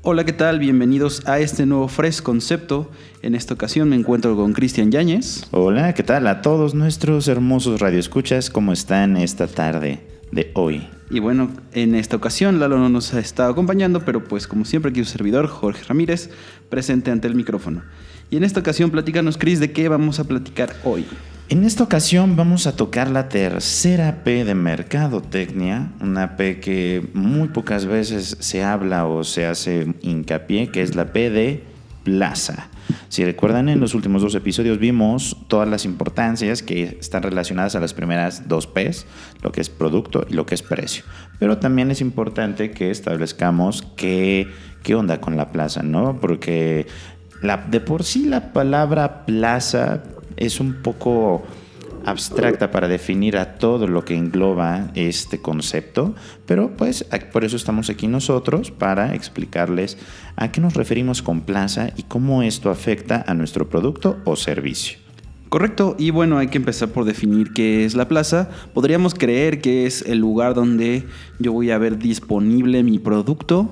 Hola, ¿qué tal? Bienvenidos a este nuevo Fresh Concepto. En esta ocasión me encuentro con Cristian Yáñez. Hola, ¿qué tal a todos nuestros hermosos radioescuchas? ¿Cómo están esta tarde de hoy? Y bueno, en esta ocasión Lalo no nos ha estado acompañando, pero pues como siempre aquí su servidor, Jorge Ramírez, presente ante el micrófono. Y en esta ocasión platícanos, Cris, ¿de qué vamos a platicar hoy? En esta ocasión vamos a tocar la tercera P de mercadotecnia, una P que muy pocas veces se habla o se hace hincapié, que es la P de plaza. Si recuerdan, en los últimos 2 episodios vimos todas las importancias que están relacionadas a las primeras 2 P's, lo que es producto y lo que es precio. Pero también es importante que establezcamos qué onda con la plaza, ¿no? Porque de por sí la palabra plaza es un poco abstracta para definir a todo lo que engloba este concepto, pero pues por eso estamos aquí nosotros, para explicarles a qué nos referimos con plaza y cómo esto afecta a nuestro producto o servicio. Correcto, y bueno, hay que empezar por definir qué es la plaza. Podríamos creer que es el lugar donde yo voy a ver disponible mi producto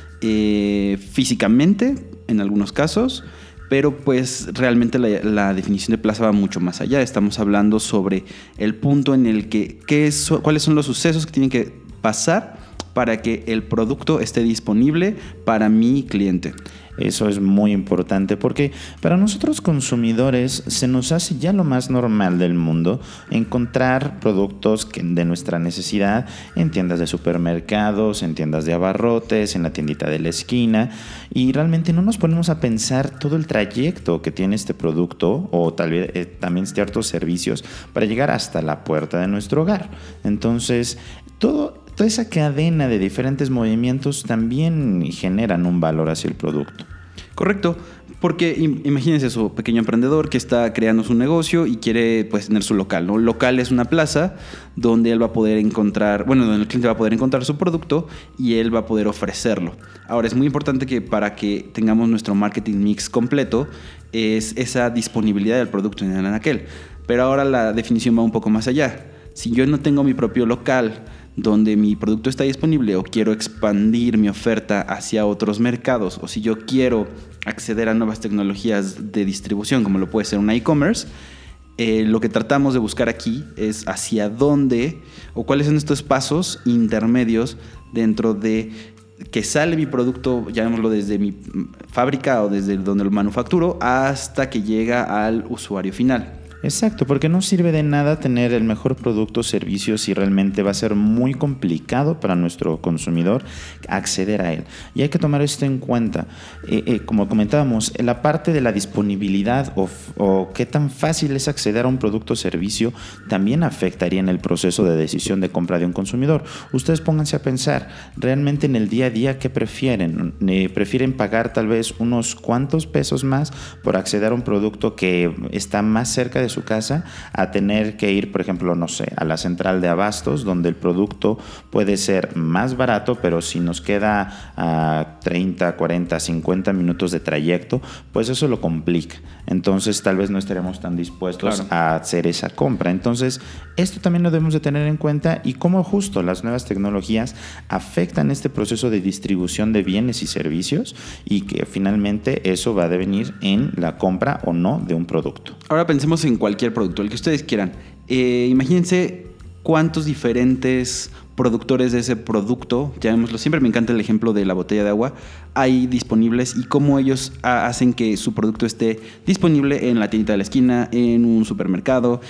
físicamente, en algunos casos. Pero pues realmente la definición de plaza va mucho más allá. Estamos hablando sobre el punto en el que cuáles son los sucesos que tienen que pasar para que el producto esté disponible para mi cliente. Eso es muy importante porque para nosotros consumidores se nos hace ya lo más normal del mundo encontrar productos de nuestra necesidad en tiendas de supermercados, en tiendas de abarrotes, en la tiendita de la esquina, y realmente no nos ponemos a pensar todo el trayecto que tiene este producto o tal vez también ciertos servicios para llegar hasta la puerta de nuestro hogar. Entonces, toda esa cadena de diferentes movimientos también generan un valor hacia el producto. Correcto, porque imagínense su pequeño emprendedor que está creando su negocio y quiere pues tener su local, ¿no? Local es una plaza donde él va a poder encontrar, donde el cliente va a poder encontrar su producto y él va a poder ofrecerlo. Ahora, es muy importante que para que tengamos nuestro marketing mix completo es esa disponibilidad del producto en aquel. Pero ahora la definición va un poco más allá. Si yo no tengo mi propio local donde mi producto está disponible, o quiero expandir mi oferta hacia otros mercados, o si yo quiero acceder a nuevas tecnologías de distribución, como lo puede ser un e-commerce, lo que tratamos de buscar aquí es hacia dónde o cuáles son estos pasos intermedios dentro de que sale mi producto, llamémoslo desde mi fábrica o desde donde lo manufacturo, hasta que llega al usuario final. Exacto, porque no sirve de nada tener el mejor producto o servicio si realmente va a ser muy complicado para nuestro consumidor acceder a él. Y hay que tomar esto en cuenta. Como comentábamos, la parte de la disponibilidad o qué tan fácil es acceder a un producto o servicio también afectaría en el proceso de decisión de compra de un consumidor. Ustedes pónganse a pensar, realmente en el día a día, ¿qué prefieren? ¿Prefieren pagar tal vez unos cuantos pesos más por acceder a un producto que está más cerca de su casa, a tener que ir, por ejemplo, no sé, a la central de abastos, donde el producto puede ser más barato, pero si nos queda a 30, 40, 50 minutos de trayecto, pues eso lo complica? Entonces tal vez no estaremos tan dispuestos a hacer esa compra. Entonces esto también lo debemos de tener en cuenta, y cómo justo las nuevas tecnologías afectan este proceso de distribución de bienes y servicios, y que finalmente eso va a devenir en la compra o no de un producto. Ahora pensemos en cualquier producto, el que ustedes quieran. Imagínense cuántos diferentes productores de ese producto, llamémoslo, siempre me encanta el ejemplo de la botella de agua, hay disponibles, y cómo ellos hacen que su producto esté disponible en la tiendita de la esquina, en un supermercado,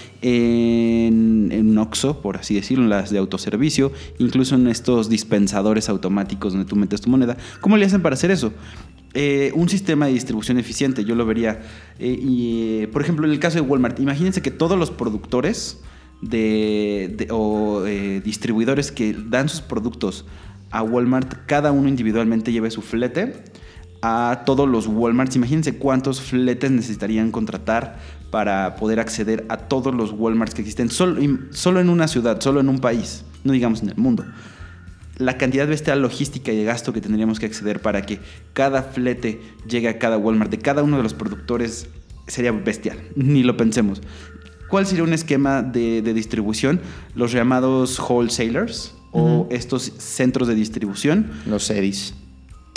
en un Oxxo, por así decirlo, en las de autoservicio, incluso en estos dispensadores automáticos donde tú metes tu moneda. ¿Cómo le hacen para hacer eso? Un sistema de distribución eficiente, yo lo vería. Por ejemplo, en el caso de Walmart, imagínense que todos los productores distribuidores que dan sus productos a Walmart, cada uno individualmente lleve su flete a todos los Walmarts. Imagínense cuántos fletes necesitarían contratar para poder acceder a todos los Walmarts que existen solo en una ciudad, solo en un país, no digamos en el mundo. La cantidad bestial logística y de gasto que tendríamos que acceder para que cada flete llegue a cada Walmart de cada uno de los productores sería bestial, ni lo pensemos. ¿Cuál sería un esquema de distribución? Los llamados wholesalers o estos centros de distribución. Los CEDIs.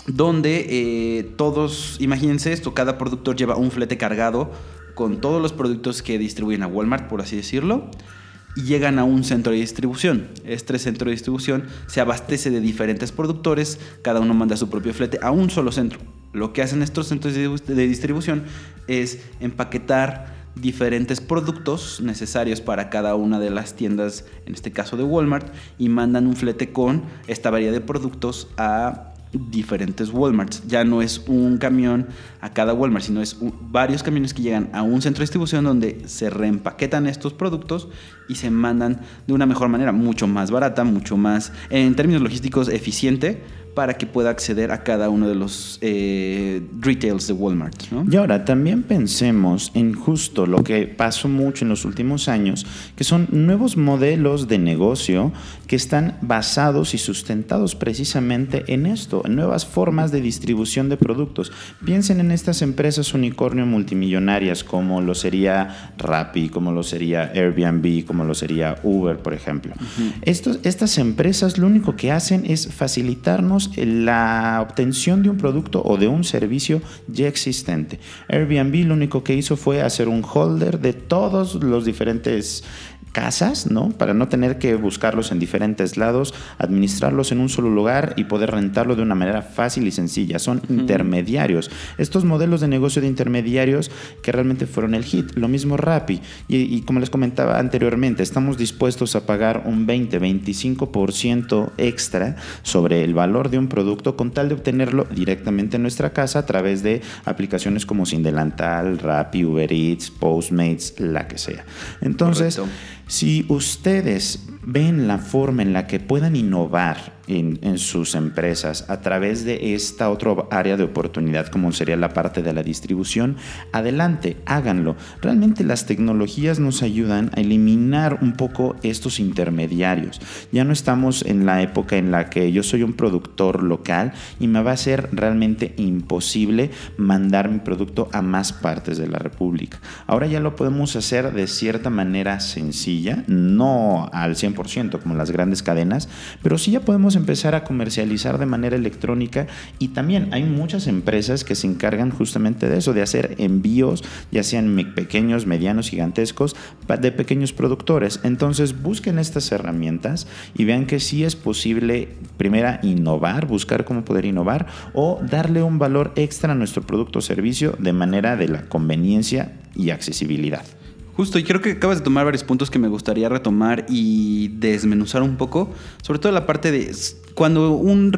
donde todos, imagínense esto, cada productor lleva un flete cargado con todos los productos que distribuyen a Walmart, por así decirlo, y llegan a un centro de distribución. Este centro de distribución se abastece de diferentes productores, cada uno manda su propio flete a un solo centro. Lo que hacen estos centros de distribución es empaquetar diferentes productos necesarios para cada una de las tiendas, en este caso de Walmart, y mandan un flete con esta variedad de productos a diferentes Walmarts. Ya no es un camión a cada Walmart, sino es varios camiones que llegan a un centro de distribución donde se reempaquetan estos productos y se mandan de una mejor manera, mucho más barata, mucho más, en términos logísticos, eficiente, para que pueda acceder a cada uno de los retails de Walmart, ¿no? Y ahora también pensemos en justo lo que pasó mucho en los últimos años, que son nuevos modelos de negocio que están basados y sustentados precisamente en esto, en nuevas formas de distribución de productos. Piensen en estas empresas unicornio multimillonarias como lo sería Rappi, como lo sería Airbnb, como lo sería Uber, por ejemplo. Estas empresas lo único que hacen es facilitarnos la obtención de un producto o de un servicio ya existente. Airbnb lo único que hizo fue hacer un holder de todos los diferentes casas, ¿no? Para no tener que buscarlos en diferentes lados, administrarlos en un solo lugar y poder rentarlo de una manera fácil y sencilla. Son intermediarios. Estos modelos de negocio de intermediarios que realmente fueron el hit. Lo mismo Rappi. Y como les comentaba anteriormente, estamos dispuestos a pagar un 20-25% extra sobre el valor de un producto con tal de obtenerlo directamente en nuestra casa a través de aplicaciones como Sin Delantal, Rappi, Uber Eats, Postmates, la que sea. Entonces, correcto. Si ustedes ven la forma en la que puedan innovar en sus empresas a través de esta otra área de oportunidad como sería la parte de la distribución, adelante, háganlo. Realmente las tecnologías nos ayudan a eliminar un poco estos intermediarios. Ya no estamos en la época en la que yo soy un productor local y me va a ser realmente imposible mandar mi producto a más partes de la República. Ahora ya lo podemos hacer de cierta manera sencilla, no al 100% como las grandes cadenas, pero sí ya podemos empezar a comercializar de manera electrónica y también hay muchas empresas que se encargan justamente de eso, de hacer envíos, ya sean pequeños, medianos, gigantescos, de pequeños productores. Entonces busquen estas herramientas y vean que sí es posible, primero, innovar, buscar cómo poder innovar o darle un valor extra a nuestro producto o servicio de manera de la conveniencia y accesibilidad. Justo, y creo que acabas de tomar varios puntos que me gustaría retomar y desmenuzar un poco, sobre todo la parte de cuando un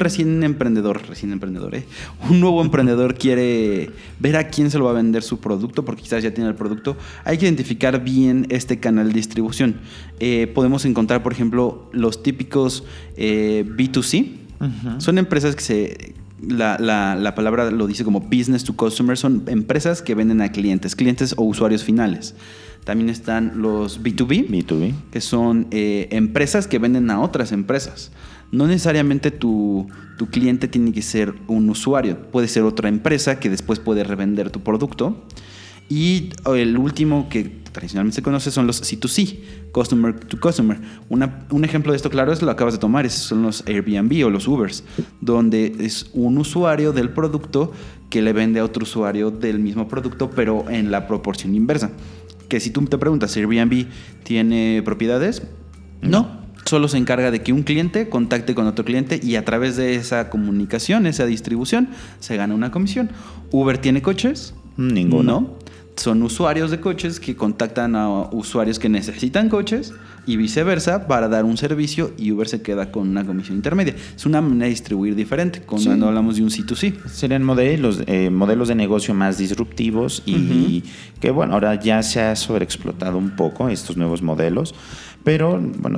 un nuevo emprendedor quiere ver a quién se lo va a vender su producto, porque quizás ya tiene el producto, hay que identificar bien este canal de distribución. Podemos encontrar, por ejemplo, los típicos B2C. Uh-huh. Son empresas que la palabra lo dice como business to customer, son empresas que venden a clientes o usuarios finales. También están los B2B, que son empresas que venden a otras empresas. No necesariamente tu cliente tiene que ser un usuario, puede ser otra empresa que después puede revender tu producto. Y el último que tradicionalmente se conoce son los C2C, Customer to Customer. Un ejemplo de esto, claro, es lo acabas de tomar, esos son los Airbnb o los Ubers, donde es un usuario del producto que le vende a otro usuario del mismo producto, pero en la proporción inversa. Que si tú te preguntas, ¿Airbnb tiene propiedades? No. Solo se encarga de que un cliente contacte con otro cliente y a través de esa comunicación, esa distribución, se gana una comisión. ¿Uber tiene coches? Ninguno. No. Son usuarios de coches que contactan a usuarios que necesitan coches y viceversa para dar un servicio, y Uber se queda con una comisión intermedia. Es una manera de distribuir diferente cuando hablamos de un C2C. Serían modelos de negocio más disruptivos y que bueno, ahora ya se ha sobreexplotado un poco estos nuevos modelos, pero bueno,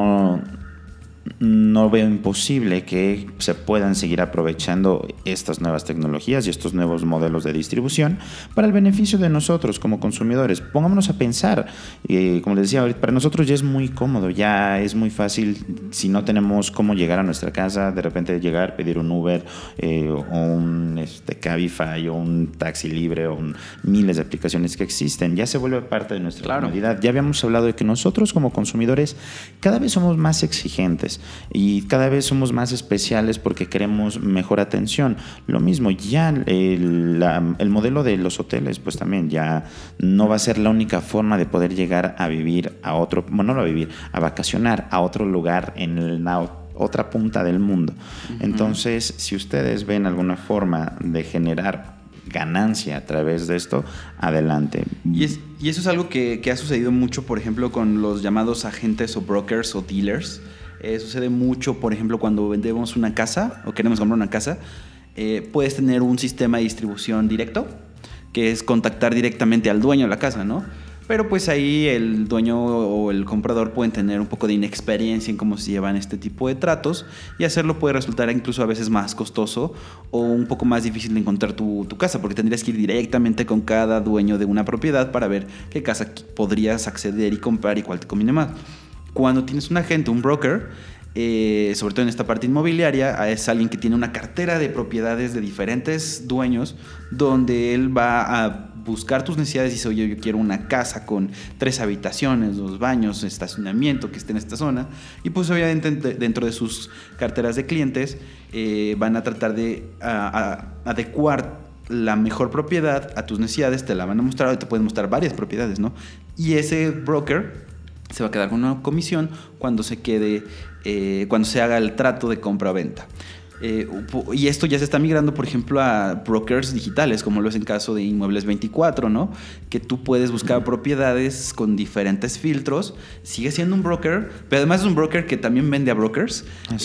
no veo imposible que se puedan seguir aprovechando estas nuevas tecnologías y estos nuevos modelos de distribución para el beneficio de nosotros como consumidores. Pongámonos a pensar, como les decía, para nosotros ya es muy cómodo, ya es muy fácil, si no tenemos cómo llegar a nuestra casa, de repente llegar, pedir un Uber o un Cabify o un taxi libre o miles de aplicaciones que existen, ya se vuelve parte de nuestra comodidad. Ya habíamos hablado de que nosotros como consumidores cada vez somos más exigentes. y cada vez somos más especiales porque queremos mejor atención. Lo mismo, ya el modelo de los hoteles, pues también ya no va a ser la única forma de poder llegar a vivir a otro, bueno, no a vivir, a vacacionar a otro lugar en la otra punta del mundo. Entonces, si ustedes ven alguna forma de generar ganancia a través de esto, adelante. Y eso es algo que ha sucedido mucho, por ejemplo, con los llamados agentes o brokers o dealers. Sucede mucho, por ejemplo, cuando vendemos una casa o queremos comprar una casa, puedes tener un sistema de distribución directo, que es contactar directamente al dueño de la casa, ¿no? Pero pues ahí el dueño o el comprador pueden tener un poco de inexperiencia en cómo se llevan este tipo de tratos, y hacerlo puede resultar incluso a veces más costoso o un poco más difícil de encontrar tu casa, porque tendrías que ir directamente con cada dueño de una propiedad para ver qué casa podrías acceder y comprar y cuál te conviene más. Cuando tienes un agente, un broker, sobre todo en esta parte inmobiliaria, es alguien que tiene una cartera de propiedades de diferentes dueños, donde él va a buscar tus necesidades y dice: oye, yo quiero una casa con 3 habitaciones, 2 baños, estacionamiento, que esté en esta zona. Y pues obviamente dentro de sus carteras de clientes van a tratar de adecuar la mejor propiedad a tus necesidades, te la van a mostrar, o te pueden mostrar varias propiedades, ¿no? Y ese broker se va a quedar con una comisión cuando se haga el trato de compra-venta. Y esto ya se está migrando, por ejemplo, a brokers digitales, como lo es en caso de Inmuebles 24, ¿no? Que tú puedes buscar propiedades con diferentes filtros. Sigue siendo un broker, pero además es un broker que también vende a brokers.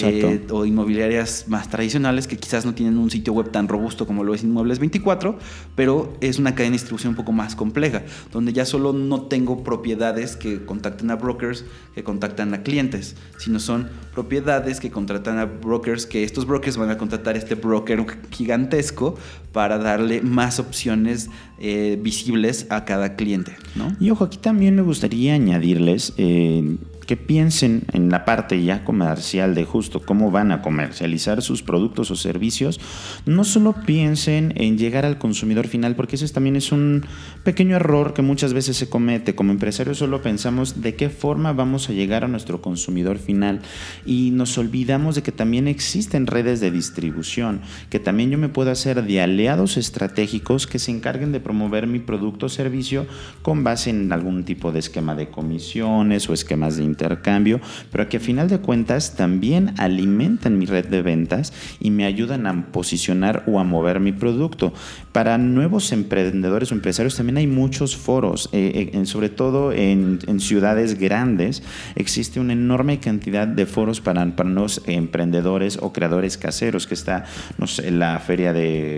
O inmobiliarias más tradicionales que quizás no tienen un sitio web tan robusto como lo es Inmuebles 24, pero es una cadena de distribución un poco más compleja, donde ya solo no tengo propiedades que contacten a brokers que contactan a clientes, sino son propiedades que contratan a brokers, que estos brokers van a contratar a este broker gigantesco para darle más opciones visibles a cada cliente, ¿no? Y ojo, aquí también me gustaría añadirles que piensen en la parte ya comercial de justo cómo van a comercializar sus productos o servicios. No solo piensen en llegar al consumidor final, porque ese también es un pequeño error que muchas veces se comete. Como empresarios solo pensamos de qué forma vamos a llegar a nuestro consumidor final, y nos olvidamos de que también existen redes de distribución, que también yo me puedo hacer de aliados estratégicos que se encarguen de promover mi producto o servicio con base en algún tipo de esquema de comisiones o esquemas de intercambio, pero que a final de cuentas también alimentan mi red de ventas y me ayudan a posicionar o a mover mi producto. Para nuevos emprendedores o empresarios también hay muchos foros, sobre todo en ciudades grandes existe una enorme cantidad de foros para nuevos emprendedores o creadores caseros, que está, no sé, la feria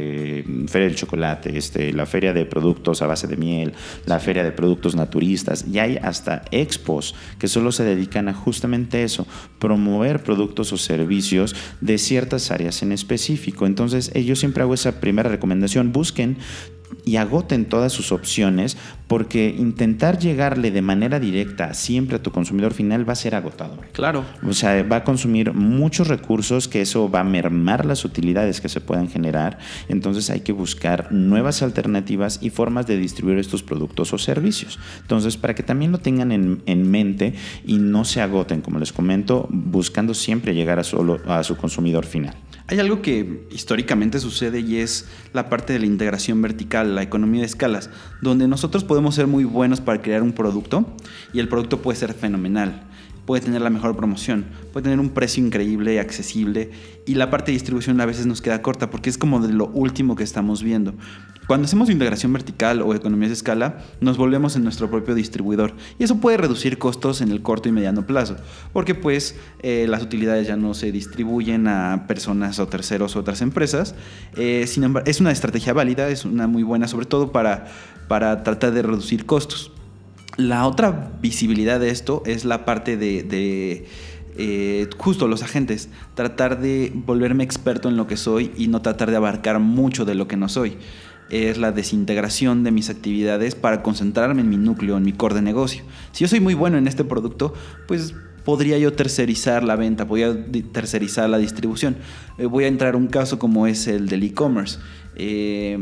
del chocolate, la feria de productos a base de miel, la feria de productos naturistas, y hay hasta expos que solo se dedican a justamente eso, promover productos o servicios de ciertas áreas en específico. Entonces yo siempre hago esa primera recomendación: busquen y agoten todas sus opciones, porque intentar llegarle de manera directa siempre a tu consumidor final va a ser agotador. Claro. O sea, va a consumir muchos recursos, que eso va a mermar las utilidades que se puedan generar. Entonces hay que buscar nuevas alternativas y formas de distribuir estos productos o servicios. Entonces, para que también lo tengan en mente y no se agoten, como les comento, buscando siempre llegar a su consumidor final. Hay algo que históricamente sucede, y es la parte de la integración vertical, la economía de escalas, donde nosotros podemos ser muy buenos para crear un producto, y el producto puede ser fenomenal, puede tener la mejor promoción, puede tener un precio increíble y accesible, y la parte de distribución a veces nos queda corta porque es como de lo último que estamos viendo. Cuando hacemos integración vertical o economías de escala, nos volvemos en nuestro propio distribuidor, y eso puede reducir costos en el corto y mediano plazo, porque pues las utilidades ya no se distribuyen a personas o terceros o otras empresas. Sin embargo, es una estrategia válida, es una muy buena, sobre todo para tratar de reducir costos. La otra visibilidad de esto es la parte de justo los agentes, tratar de volverme experto en lo que soy y no tratar de abarcar mucho de lo que no soy. Es la desintegración de mis actividades para concentrarme en mi núcleo, en mi core de negocio. Si yo soy muy bueno en este producto, pues podría yo tercerizar la venta, podría tercerizar la distribución. Voy a entrar a un caso como es el del e-commerce.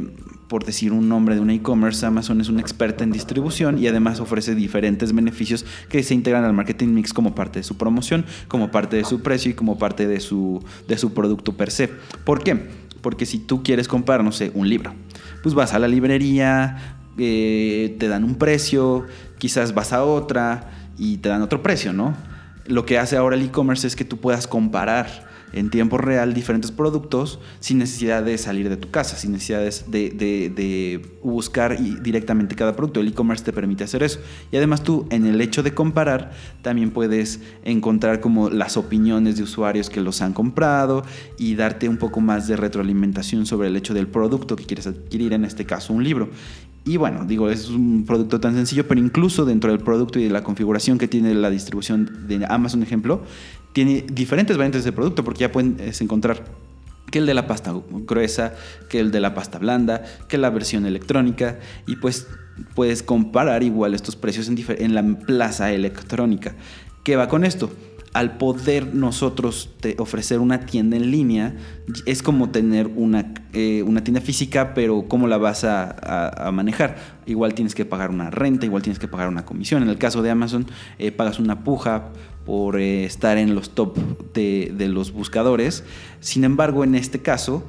por decir un nombre de un e-commerce, Amazon es una experta en distribución y además ofrece diferentes beneficios que se integran al marketing mix como parte de su promoción, como parte de su precio y como parte de su producto per se. ¿Por qué? Porque si tú quieres comprar, no sé, un libro, pues vas a la librería, te dan un precio, quizás vas a otra y te dan otro precio, ¿no? Lo que hace ahora el e-commerce es que tú puedas comparar en tiempo real diferentes productos sin necesidad de salir de tu casa, sin necesidad de buscar directamente cada producto. El e-commerce te permite hacer eso. Y además tú, en el hecho de comparar, también puedes encontrar como las opiniones de usuarios que los han comprado y darte un poco más de retroalimentación sobre el hecho del producto que quieres adquirir, en este caso un libro. Y bueno, digo, es un producto tan sencillo, pero incluso dentro del producto y de la configuración que tiene la distribución de Amazon, ejemplo, tiene diferentes variantes de producto, porque ya puedes encontrar que el de la pasta gruesa, que el de la pasta blanda, que la versión electrónica, y pues puedes comparar igual estos precios en la plaza electrónica. ¿Qué va con esto? Al poder nosotros ofrecer una tienda en línea, es como tener una tienda física, pero ¿cómo la vas a manejar? Igual tienes que pagar una renta, igual tienes que pagar una comisión. En el caso de Amazon, pagas una puja por estar en los top de los buscadores. Sin embargo, en este caso,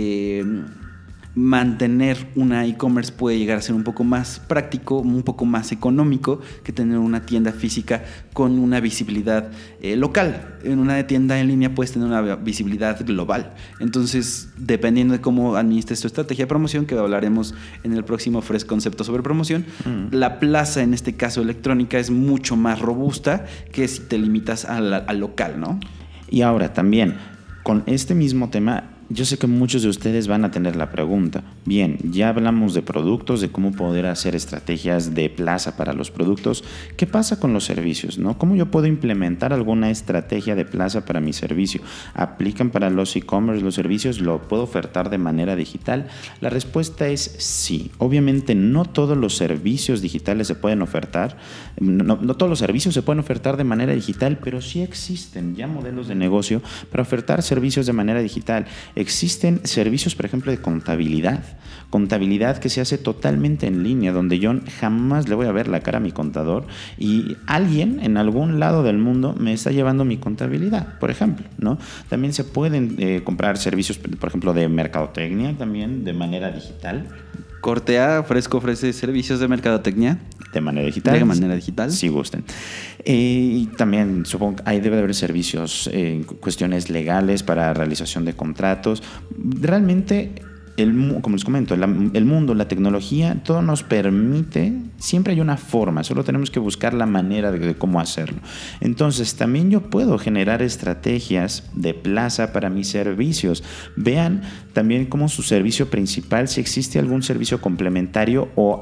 mantener una e-commerce puede llegar a ser un poco más práctico, un poco más económico que tener una tienda física con una visibilidad local. En una tienda en línea puedes tener una visibilidad global. Entonces, dependiendo de cómo administres tu estrategia de promoción, que hablaremos en el próximo Fresh Concepto sobre promoción, la plaza, en este caso electrónica, es mucho más robusta que si te limitas al local, ¿no? Y ahora también, con este mismo tema, yo sé que muchos de ustedes van a tener la pregunta. Bien, ya hablamos de productos, de cómo poder hacer estrategias de plaza para los productos. ¿Qué pasa con los servicios, no? ¿Cómo yo puedo implementar alguna estrategia de plaza para mi servicio? ¿Aplican para los e-commerce los servicios? ¿Lo puedo ofertar de manera digital? La respuesta es sí. Obviamente no todos los servicios digitales se pueden ofertar. No todos los servicios se pueden ofertar de manera digital, pero sí existen ya modelos de negocio para ofertar servicios de manera digital. Existen servicios, por ejemplo, de contabilidad que se hace totalmente en línea, donde yo jamás le voy a ver la cara a mi contador y alguien en algún lado del mundo me está llevando mi contabilidad, por ejemplo, ¿no? También se pueden comprar servicios, por ejemplo, de mercadotecnia también de manera digital. Corte A, Fresco ofrece servicios de mercadotecnia. De manera digital. De manera digital. Si gusten. Y también supongo que ahí debe de haber servicios en cuestiones legales para realización de contratos. Realmente, como les comento, el mundo, la tecnología, todo nos permite, siempre hay una forma, solo tenemos que buscar la manera de cómo hacerlo. Entonces, también yo puedo generar estrategias de plaza para mis servicios. Vean también como su servicio principal, si existe algún servicio complementario o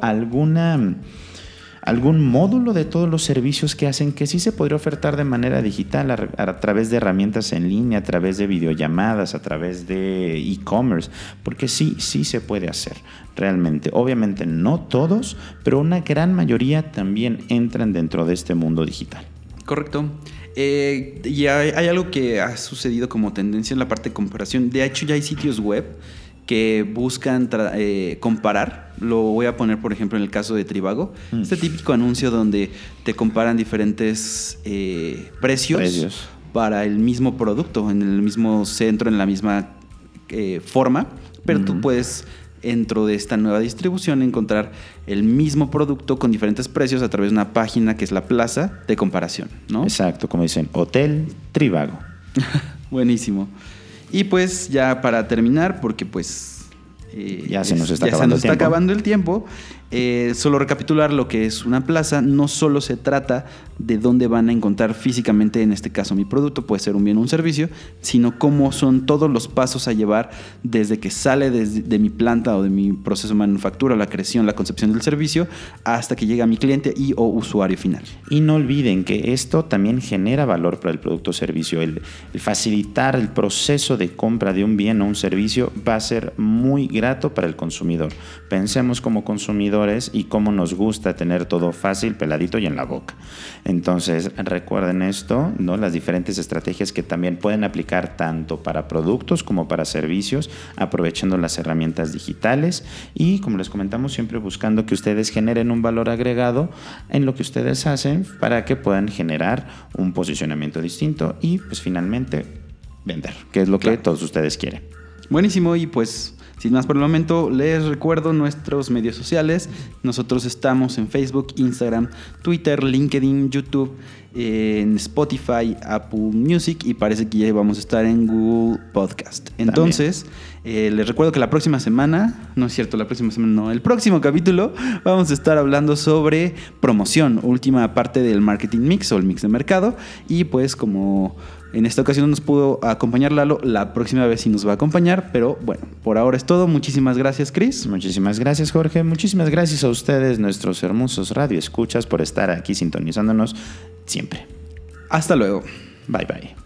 algún módulo de todos los servicios que hacen que sí se podría ofertar de manera digital a través de herramientas en línea, a través de videollamadas, a través de e-commerce, porque sí se puede hacer realmente. Obviamente no todos, pero una gran mayoría también entran dentro de este mundo digital. Correcto. Y hay algo que ha sucedido como tendencia en la parte de comparación. De hecho, ya hay sitios web que buscan comparar. Lo voy a poner, por ejemplo, en el caso de Trivago. Este típico anuncio donde te comparan diferentes precios para el mismo producto, en el mismo centro, en la misma forma. Pero tú puedes, dentro de esta nueva distribución, encontrar el mismo producto con diferentes precios a través de una página que es la plaza de comparación, ¿no? Exacto, como dicen, Hotel Trivago. Buenísimo. Y pues ya para terminar, porque pues ya se nos está acabando el tiempo. Solo recapitular lo que es una plaza. No solo se trata de dónde van a encontrar físicamente, en este caso mi producto, puede ser un bien o un servicio, sino cómo son todos los pasos a llevar desde que sale de mi planta o de mi proceso de manufactura, la creación, la concepción del servicio, hasta que llega a mi cliente o usuario final. Y no olviden que esto también genera valor para el producto o servicio. El facilitar el proceso de compra de un bien o un servicio va a ser muy grato para el consumidor. Pensemos como consumidor consumidores y cómo nos gusta tener todo fácil, peladito y en la boca. Entonces, recuerden esto, ¿no? Las diferentes estrategias que también pueden aplicar tanto para productos como para servicios, aprovechando las herramientas digitales y, como les comentamos, siempre buscando que ustedes generen un valor agregado en lo que ustedes hacen para que puedan generar un posicionamiento distinto y, pues, finalmente vender, que es lo que todos ustedes quieren. Buenísimo, y pues sin más por el momento, les recuerdo nuestros medios sociales. Nosotros estamos en Facebook, Instagram, Twitter, LinkedIn, YouTube, en Spotify, Apple Music y parece que ya vamos a estar en Google Podcast. Entonces, les recuerdo que la próxima semana, no es cierto, la próxima semana no, el próximo capítulo vamos a estar hablando sobre promoción, última parte del marketing mix o el mix de mercado. Y pues como en esta ocasión no nos pudo acompañar Lalo, la próxima vez sí nos va a acompañar, pero bueno, por ahora es todo. Muchísimas gracias, Chris. Muchísimas gracias, Jorge. Muchísimas gracias a ustedes, nuestros hermosos radioescuchas, por estar aquí sintonizándonos siempre. Hasta luego. Bye, bye.